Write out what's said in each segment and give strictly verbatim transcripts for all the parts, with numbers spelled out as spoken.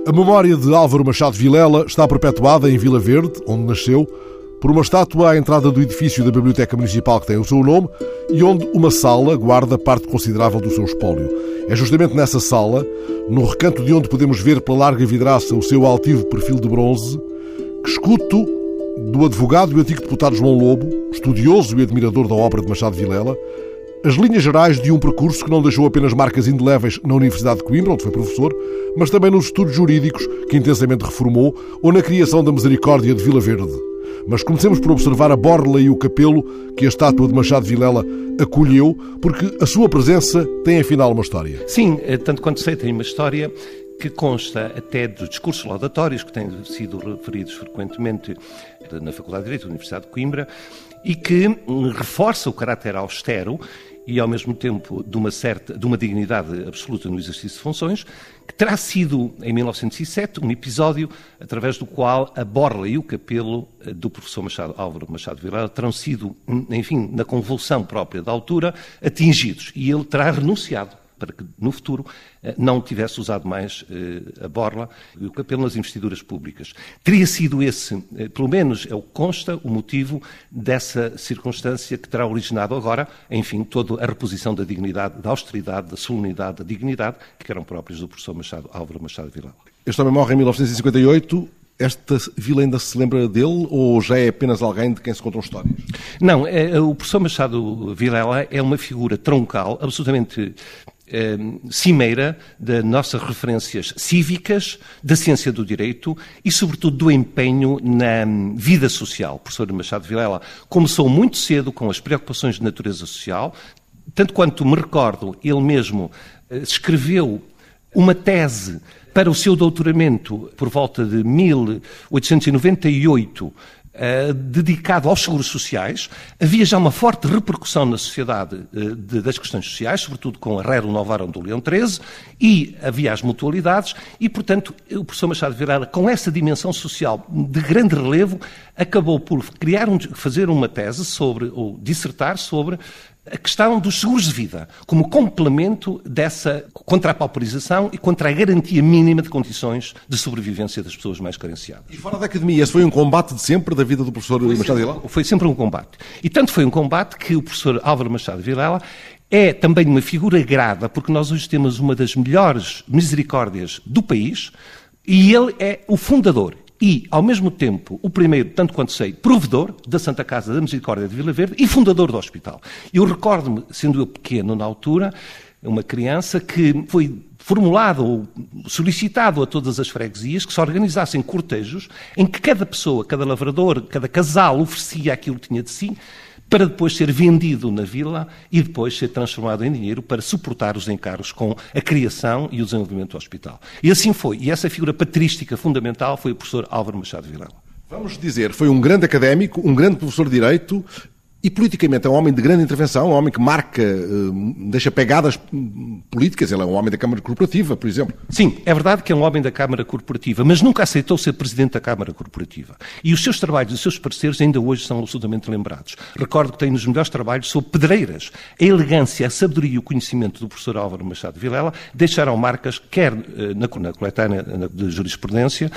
A memória de Álvaro Machado Vilela está perpetuada em Vila Verde, onde nasceu, por uma estátua à entrada do edifício da Biblioteca Municipal que tem o seu nome e onde uma sala guarda parte considerável do seu espólio. É justamente nessa sala, no recanto de onde podemos ver pela larga vidraça o seu altivo perfil de bronze, que escuto do advogado e antigo deputado João Lobo, estudioso e admirador da obra de Machado Vilela, as linhas gerais de um percurso que não deixou apenas marcas indeléveis na Universidade de Coimbra, onde foi professor, mas também nos estudos jurídicos que intensamente reformou ou na criação da Misericórdia de Vila Verde. Mas comecemos por observar a borla e o capelo que a estátua de Machado Vilela acolheu, porque a sua presença tem afinal uma história. Sim, tanto quanto sei, tem uma história que consta até dos discursos laudatórios que têm sido referidos frequentemente na Faculdade de Direito da Universidade de Coimbra e que reforça o caráter austero e, ao mesmo tempo, de uma, certa, de uma dignidade absoluta no exercício de funções, que terá sido, em mil novecentos e sete, um episódio através do qual a borla e o capelo do professor Machado, Álvaro Machado Vilela terão sido, enfim, na convulsão própria da altura, atingidos. E ele terá renunciado para que, no futuro, não tivesse usado mais a borla e o capelo nas investiduras públicas. Teria sido esse, pelo menos é o que consta, o motivo dessa circunstância que terá originado agora, enfim, toda a reposição da dignidade, da austeridade, da solenidade, da dignidade, que eram próprios do professor Machado, Álvaro Machado Vilela. Este homem morre em mil novecentos e cinquenta e oito. Esta vila ainda se lembra dele ou já é apenas alguém de quem se contam histórias? Não, é, o professor Machado Vilela é uma figura troncal, absolutamente eh, cimeira das nossas referências cívicas, da ciência do direito e, sobretudo, do empenho na vida social. O professor Machado Vilela começou muito cedo com as preocupações de natureza social, tanto quanto me recordo, ele mesmo eh, escreveu uma tese para o seu doutoramento, por volta de mil oitocentos e noventa e oito, uh, dedicado aos seguros sociais. Havia já uma forte repercussão na sociedade uh, de, das questões sociais, sobretudo com a Rerum Novarum do Leão treze, e havia as mutualidades, e, portanto, o professor Machado Vilela, com essa dimensão social de grande relevo, acabou por criar um, fazer uma tese sobre, ou dissertar sobre, a questão dos seguros de vida, como complemento dessa contra a pauperização e contra a garantia mínima de condições de sobrevivência das pessoas mais carenciadas. E fora da academia, esse foi um combate de sempre da vida do professor foi Machado sempre, Vilela? Foi sempre um combate. E tanto foi um combate que o professor Álvaro Machado Vilela é também uma figura grada, porque nós hoje temos uma das melhores misericórdias do país, e ele é o fundador e, ao mesmo tempo, o primeiro, tanto quanto sei, provedor da Santa Casa da Misericórdia de Vila Verde e fundador do hospital. Eu recordo-me, sendo eu pequeno na altura, uma criança que foi formulado ou solicitado a todas as freguesias que se organizassem cortejos em que cada pessoa, cada lavrador, cada casal oferecia aquilo que tinha de si, para depois ser vendido na vila e depois ser transformado em dinheiro para suportar os encargos com a criação e o desenvolvimento do hospital. E assim foi. E essa figura patrística fundamental foi o professor Álvaro Machado Vilela. Vamos dizer, foi um grande académico, um grande professor de Direito e politicamente é um homem de grande intervenção, um homem que marca, deixa pegadas políticas. Ele é um homem da Câmara Corporativa, por exemplo. Sim, é verdade que é um homem da Câmara Corporativa, mas nunca aceitou ser presidente da Câmara Corporativa. E os seus trabalhos, os seus pareceres ainda hoje são absolutamente lembrados. Recordo que tem nos melhores trabalhos sobre pedreiras. A elegância, a sabedoria e o conhecimento do professor Álvaro Machado Vilela deixaram marcas, quer na, na coletânea de jurisprudência,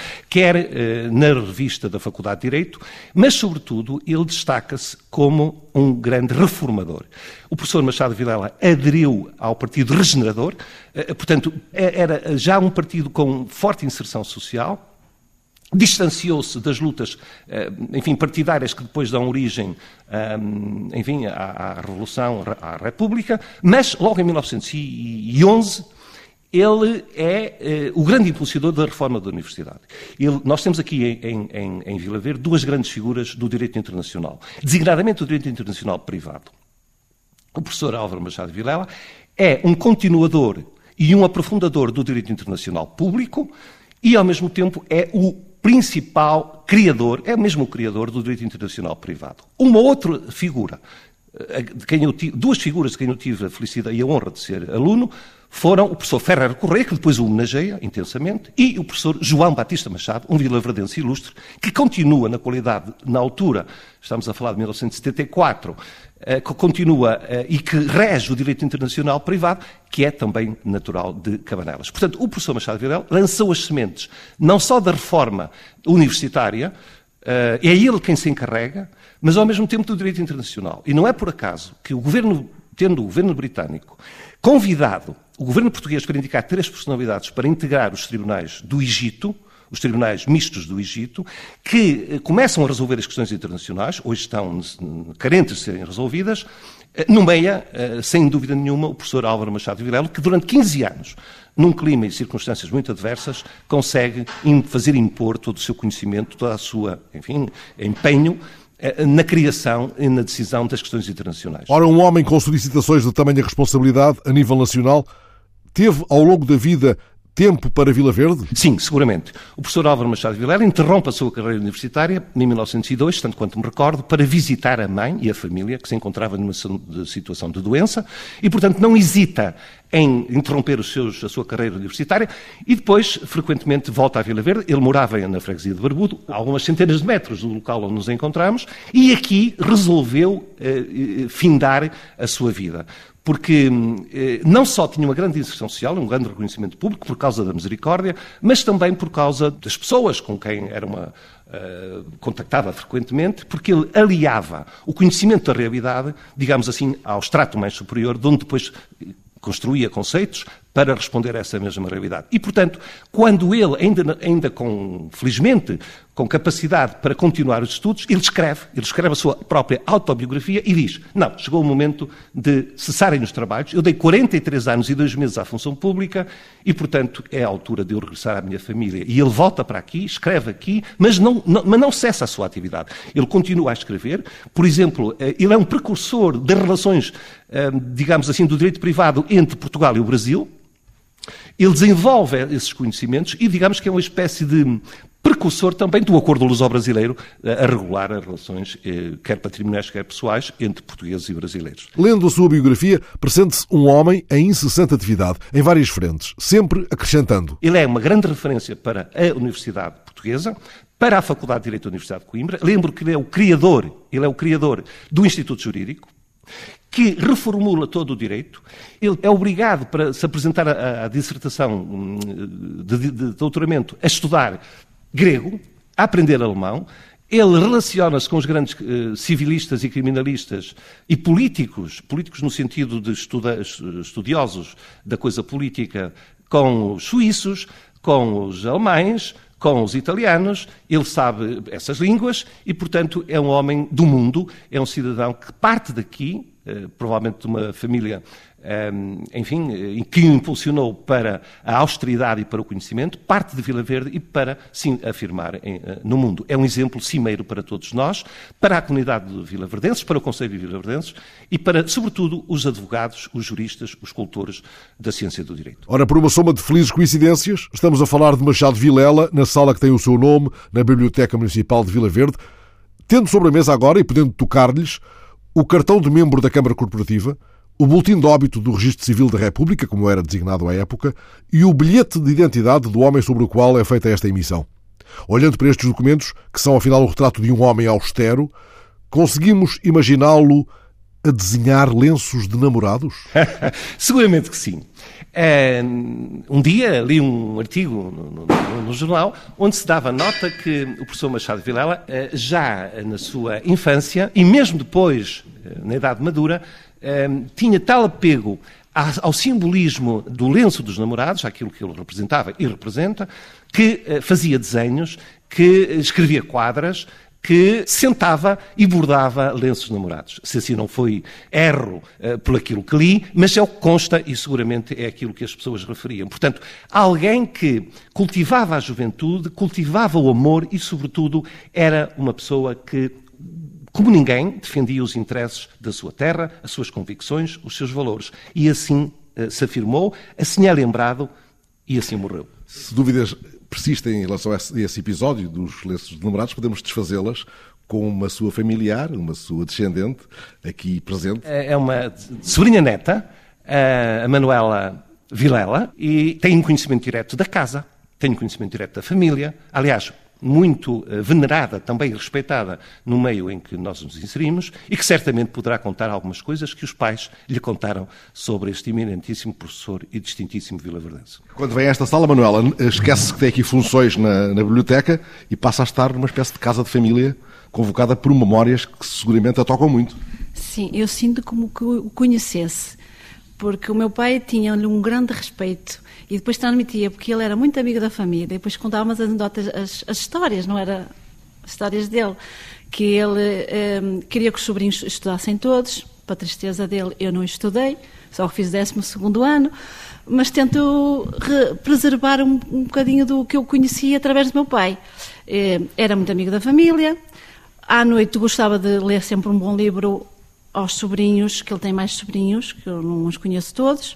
quer na revista da Faculdade de Direito, mas, sobretudo, ele destaca-se como um grande reformador. O professor Machado Vilela aderiu ao Partido Regenerador, portanto, era já um partido com forte inserção social, distanciou-se das lutas, enfim, partidárias que depois dão origem, enfim, à, à Revolução, à República, mas logo em mil novecentos e onze ele é eh, o grande impulsionador da reforma da Universidade. Ele, nós temos aqui em, em, em Vila Verde duas grandes figuras do direito internacional, designadamente o direito internacional privado. O professor Álvaro Machado Vilela é um continuador e um aprofundador do direito internacional público e, ao mesmo tempo, é o principal criador, é mesmo o criador do direito internacional privado. Uma outra figura de quem eu tive, duas figuras de quem eu tive a felicidade e a honra de ser aluno, foram o professor Ferrer Correia, que depois o homenageia intensamente, e o professor João Batista Machado, um vilaverdense ilustre, que continua na qualidade, na altura, estamos a falar de mil novecentos e setenta e quatro, que continua e que rege o direito internacional privado, que é também natural de Cabanelas. Portanto, o professor Machado Vilela lançou as sementes, não só da reforma universitária, é ele quem se encarrega, mas ao mesmo tempo do direito internacional. E não é por acaso que o governo, tendo o governo britânico convidado o governo português para indicar três personalidades para integrar os tribunais do Egito, os tribunais mistos do Egito, que começam a resolver as questões internacionais, hoje estão carentes de serem resolvidas, nomeia, sem dúvida nenhuma, o professor Álvaro Machado Vilela, que durante quinze anos, num clima e circunstâncias muito adversas, consegue fazer impor todo o seu conhecimento, toda a sua, enfim, empenho na criação e na decisão das questões internacionais. Ora, um homem com solicitações de tamanha responsabilidade a nível nacional teve, ao longo da vida, tempo para Vila Verde? Sim, seguramente. O professor Álvaro Machado Vilela interrompe a sua carreira universitária em mil novecentos e dois, tanto quanto me recordo, para visitar a mãe e a família, que se encontrava numa situação de doença, e, portanto, não hesita em interromper os seus, a sua carreira universitária e depois, frequentemente, volta a Vila Verde. Ele morava na freguesia de Barbudo, a algumas centenas de metros do local onde nos encontramos, e aqui resolveu eh, findar a sua vida. Porque eh, não só tinha uma grande inserção social, um grande reconhecimento público por causa da misericórdia, mas também por causa das pessoas com quem era uma, uh, contactava frequentemente, porque ele aliava o conhecimento da realidade, digamos assim, ao extrato mais superior, de onde depois construía conceitos para responder a essa mesma realidade. E, portanto, quando ele, ainda, ainda com, felizmente, com capacidade para continuar os estudos, ele escreve, ele escreve a sua própria autobiografia e diz, não, chegou o momento de cessarem os trabalhos, eu dei quarenta e três anos e dois meses à função pública e, portanto, é a altura de eu regressar à minha família. E ele volta para aqui, escreve aqui, mas não, não, mas não cessa a sua atividade. Ele continua a escrever, por exemplo, ele é um precursor das relações, digamos assim, do direito privado entre Portugal e o Brasil. Ele desenvolve esses conhecimentos e, digamos que é uma espécie de precursor também do acordo luso-brasileiro a regular as relações, quer patrimoniais, quer pessoais, entre portugueses e brasileiros. Lendo a sua biografia, presente-se um homem em incessante atividade, em várias frentes, sempre acrescentando. Ele é uma grande referência para a Universidade Portuguesa, para a Faculdade de Direito da Universidade de Coimbra. Lembro que ele é o criador, ele é o criador do Instituto Jurídico, que reformula todo o direito. Ele é obrigado, para se apresentar à dissertação de, de, de doutoramento, a estudar grego, a aprender alemão. Ele relaciona-se com os grandes uh, civilistas e criminalistas e políticos, políticos no sentido de estuda, estudiosos da coisa política, com os suíços, com os alemães, com os italianos. Ele sabe essas línguas e, portanto, é um homem do mundo, é um cidadão que parte daqui, provavelmente de uma família, enfim, que o impulsionou para a austeridade e para o conhecimento, parte de Vila Verde e para se afirmar no mundo. É um exemplo cimeiro para todos nós, para a comunidade de vilaverdenses, para o Conselho de Vilaverdenses e para, sobretudo, os advogados, os juristas, os cultores da ciência do direito. Ora, por uma soma de felizes coincidências, estamos a falar de Machado Vilela, na sala que tem o seu nome, na Biblioteca Municipal de Vila Verde, tendo sobre a mesa agora, e podendo tocar-lhes, o cartão de membro da Câmara Corporativa, o boletim de óbito do Registro Civil da República, como era designado à época, e o bilhete de identidade do homem sobre o qual é feita esta emissão. Olhando para estes documentos, que são afinal o retrato de um homem austero, conseguimos imaginá-lo a desenhar lenços de namorados? Seguramente que sim. Um dia li um artigo no, no, no jornal onde se dava nota que o professor Machado Vilela, já na sua infância e mesmo depois, na idade madura, tinha tal apego ao simbolismo do lenço dos namorados, aquilo que ele representava e representa, que fazia desenhos, que escrevia quadras, que sentava e bordava lenços namorados. Se assim não foi erro uh, por aquilo que li, mas é o que consta e seguramente é aquilo que as pessoas referiam. Portanto, alguém que cultivava a juventude, cultivava o amor e, sobretudo, era uma pessoa que, como ninguém, defendia os interesses da sua terra, as suas convicções, os seus valores. E assim uh, se afirmou, assim é lembrado e assim morreu. Se dúvidas persistem em relação a esse episódio dos lenços de namorados, podemos desfazê-las com uma sua familiar, uma sua descendente, aqui presente. É uma sobrinha neta, a Manuela Vilela, e tem um conhecimento direto da casa, tem um conhecimento direto da família, aliás, muito venerada, também respeitada no meio em que nós nos inserimos, e que certamente poderá contar algumas coisas que os pais lhe contaram sobre este eminentíssimo professor e distintíssimo vilaverdense. Quando vem a esta sala, Manuela, esquece que tem aqui funções na, na biblioteca e passa a estar numa espécie de casa de família convocada por memórias que seguramente a tocam muito. Sim, eu sinto como que o conhecesse, porque o meu pai tinha-lhe um grande respeito e depois transmitia, porque ele era muito amigo da família, e depois contava umas anedotas, as, as histórias, não era as histórias dele, que ele eh, queria que os sobrinhos estudassem todos, para a tristeza dele eu não estudei, só fiz o décimo segundo ano, mas tento re- preservar um, um bocadinho do que eu conhecia através do meu pai. Eh, era muito amigo da família, à noite gostava de ler sempre um bom livro aos sobrinhos, que ele tem mais sobrinhos, que eu não os conheço todos.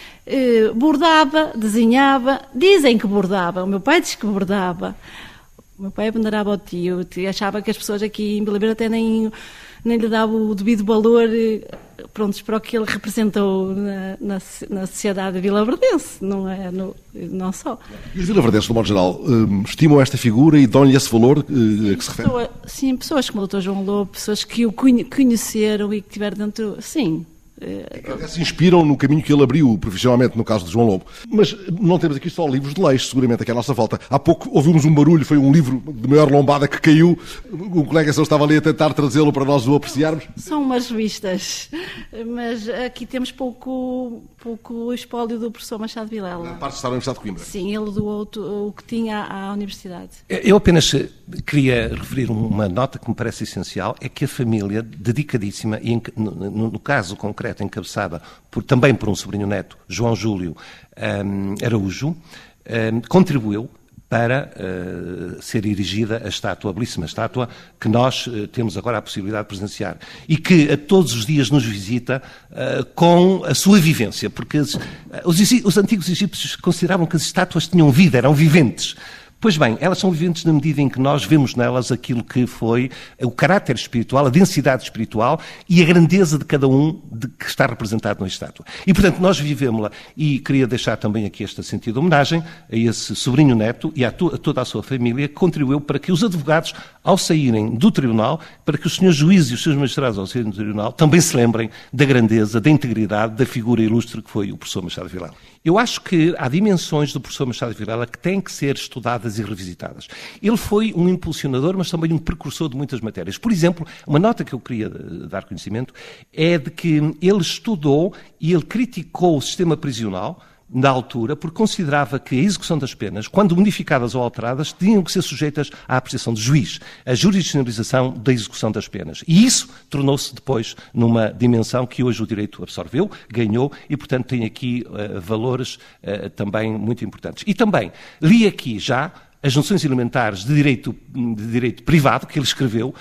Uh, bordava, desenhava, dizem que bordava, o meu pai diz que bordava, o meu pai venerava o tio, achava que as pessoas aqui em Vila Verde até nem, nem lhe davam o devido valor, prontos, para o que ele representou na, na, na sociedade vilaverdense, não é, no, não só. E os vilaverdenses, de modo geral, um, estimam esta figura e dão-lhe esse valor uh, a que se refere? Pessoa, sim, pessoas como o doutor João Lobo, pessoas que o conheceram e que tiveram dentro, sim. Que se inspiram no caminho que ele abriu profissionalmente, no caso de João Lobo. Mas não temos aqui só livros de leis, seguramente, aqui à nossa volta. Há pouco ouvimos um barulho, foi um livro de maior lombada que caiu. Um colega seu estava ali a tentar trazê-lo para nós o apreciarmos. São umas revistas, mas aqui temos pouco, pouco espólio do professor Machado Vilela. Na parte de estar na Universidade de Coimbra. Sim, ele doou o que tinha à Universidade. Eu apenas queria referir uma nota que me parece essencial, é que a família, dedicadíssima, e no, no caso concreto encabeçada por, também por um sobrinho neto, João Júlio um, Araújo, um, contribuiu para uh, ser erigida a estátua, a belíssima estátua, que nós uh, temos agora a possibilidade de presenciar. E que a todos os dias nos visita uh, com a sua vivência, porque os, os, os antigos egípcios consideravam que as estátuas tinham vida, eram viventes. Pois bem, elas são viventes na medida em que nós vemos nelas aquilo que foi o caráter espiritual, a densidade espiritual e a grandeza de cada um de que está representado na estátua. E, portanto, nós vivemos-la, e queria deixar também aqui este sentido de homenagem a esse sobrinho neto e a, to- a toda a sua família, que contribuiu para que os advogados, ao saírem do tribunal, para que os senhores juízes e os seus magistrados, ao saírem do tribunal, também se lembrem da grandeza, da integridade, da figura ilustre que foi o professor Machado Vilela. Eu acho que há dimensões do professor Machado Vilela que têm que ser estudadas e revisitadas. Ele foi um impulsionador, mas também um precursor de muitas matérias. Por exemplo, uma nota que eu queria dar conhecimento é de que ele estudou e ele criticou o sistema prisional na altura, porque considerava que a execução das penas, quando modificadas ou alteradas, tinham que ser sujeitas à apreciação do juiz, a jurisdicionalização da execução das penas. E isso tornou-se depois numa dimensão que hoje o direito absorveu, ganhou, e, portanto, tem aqui uh, valores uh, também muito importantes. E também li aqui já as noções elementares de direito, de direito privado, que ele escreveu,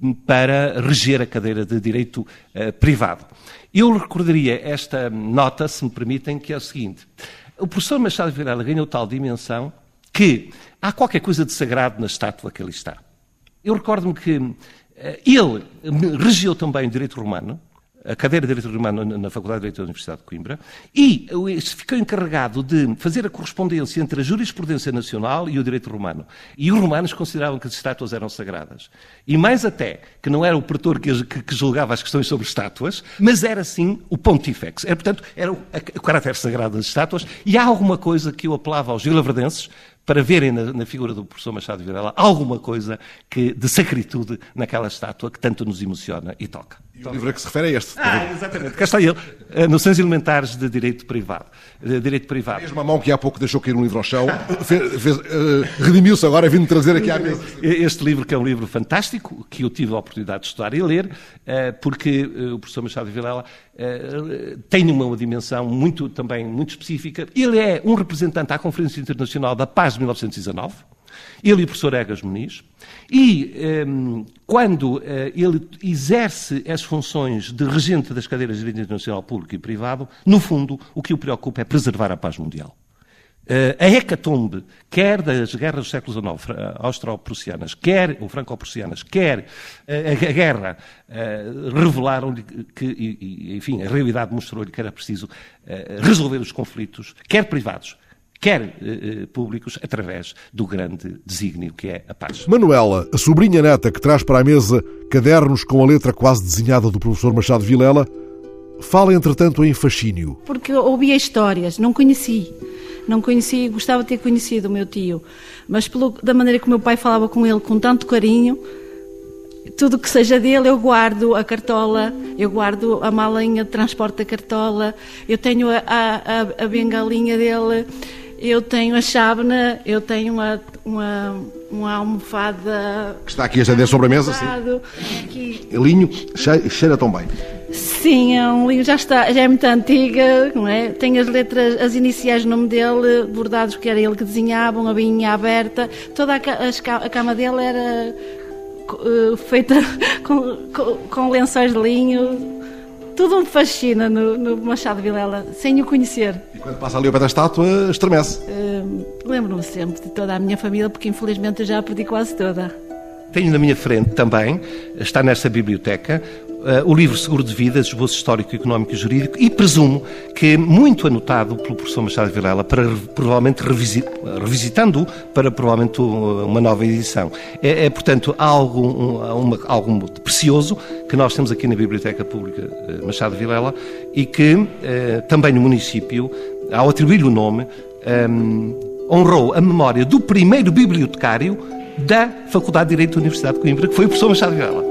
para reger a cadeira de direito uh, privado. Eu recordaria esta nota, se me permitem, que é o seguinte. O professor Machado Vilela ganhou tal dimensão que há qualquer coisa de sagrado na estátua que ali está. Eu recordo-me que uh, ele regeu também o direito romano, a cadeira de Direito Romano na Faculdade de Direito da Universidade de Coimbra, e ficou encarregado de fazer a correspondência entre a jurisprudência nacional e o direito romano. E os romanos consideravam que as estátuas eram sagradas. E mais até, que não era o pretor que, que, que julgava as questões sobre estátuas, mas era sim o pontifex. Era, portanto, era o, a, o caráter sagrado das estátuas, e há alguma coisa que eu apelava aos vilaverdenses, para verem na, na figura do professor Machado Vilela alguma coisa que, de sacritude naquela estátua que tanto nos emociona e toca. E o livro a que se refere é este. Ah, exatamente. Cá está ele. Noções Elementares de Direito Privado. De direito privado. A mesma mão que há pouco deixou cair um livro ao chão, fez, fez, uh, redimiu-se agora, vindo trazer aqui à mesa. Este livro, que é um livro fantástico, que eu tive a oportunidade de estudar e ler, uh, porque uh, o professor Machado Vilela uh, tem uma dimensão muito, também muito específica. Ele é um representante à Conferência Internacional da Paz de mil novecentos e dezanove, ele e o professor Egas Muniz, e um, quando uh, ele exerce as funções de regente das cadeiras de direito internacional público e privado, no fundo, o que o preocupa é preservar a paz mundial. a hecatombe, quer das guerras do século dezenove austro-prussianas, quer, ou franco-prussianas, quer a, a guerra, uh, revelaram-lhe que, e, enfim, a realidade mostrou-lhe que era preciso uh, resolver os conflitos, quer privados, quer uh, públicos, através do grande desígnio que é a paz. Manuela, a sobrinha neta que traz para a mesa cadernos com a letra quase desenhada do professor Machado Vilela, fala, entretanto, em fascínio. Porque eu ouvia histórias, não conheci. Não conheci, gostava de ter conhecido o meu tio. Mas pelo, da maneira que o meu pai falava com ele, com tanto carinho, tudo que seja dele, eu guardo a cartola, eu guardo a malinha de transporte da cartola, eu tenho a, a, a bengalinha dele, eu tenho a chávena, eu tenho uma, uma, uma almofada... Que está aqui a estender sobre a mesa, sim. Aqui. Linho, cheira tão bem. Sim, é um livro, já, está, já é muito antiga, não é? Tem as letras, as iniciais do nome dele, bordados que era ele que desenhava, uma bainha aberta, toda a, a, a cama dele era uh, feita com, com, com lençóis de linho, tudo me fascina no, no Machado Vilela, sem o conhecer. E quando passa ali ao pé da estátua, estremece? Uh, Lembro-me sempre de toda a minha família, porque infelizmente eu já a perdi quase toda. Tenho na minha frente também, está nesta biblioteca, Uh, o livro Seguro de Vida, Esboço Histórico, Económico e Jurídico, e presumo que muito anotado pelo professor Machado Vilela, para provavelmente revisi revisitando-o para provavelmente uma nova edição. É, é portanto, algo, um, uma, algo de precioso que nós temos aqui na Biblioteca Pública uh, Machado Vilela e que uh, também no município, ao atribuir-lhe o nome, um, honrou a memória do primeiro bibliotecário da Faculdade de Direito da Universidade de Coimbra, que foi o professor Machado Vilela.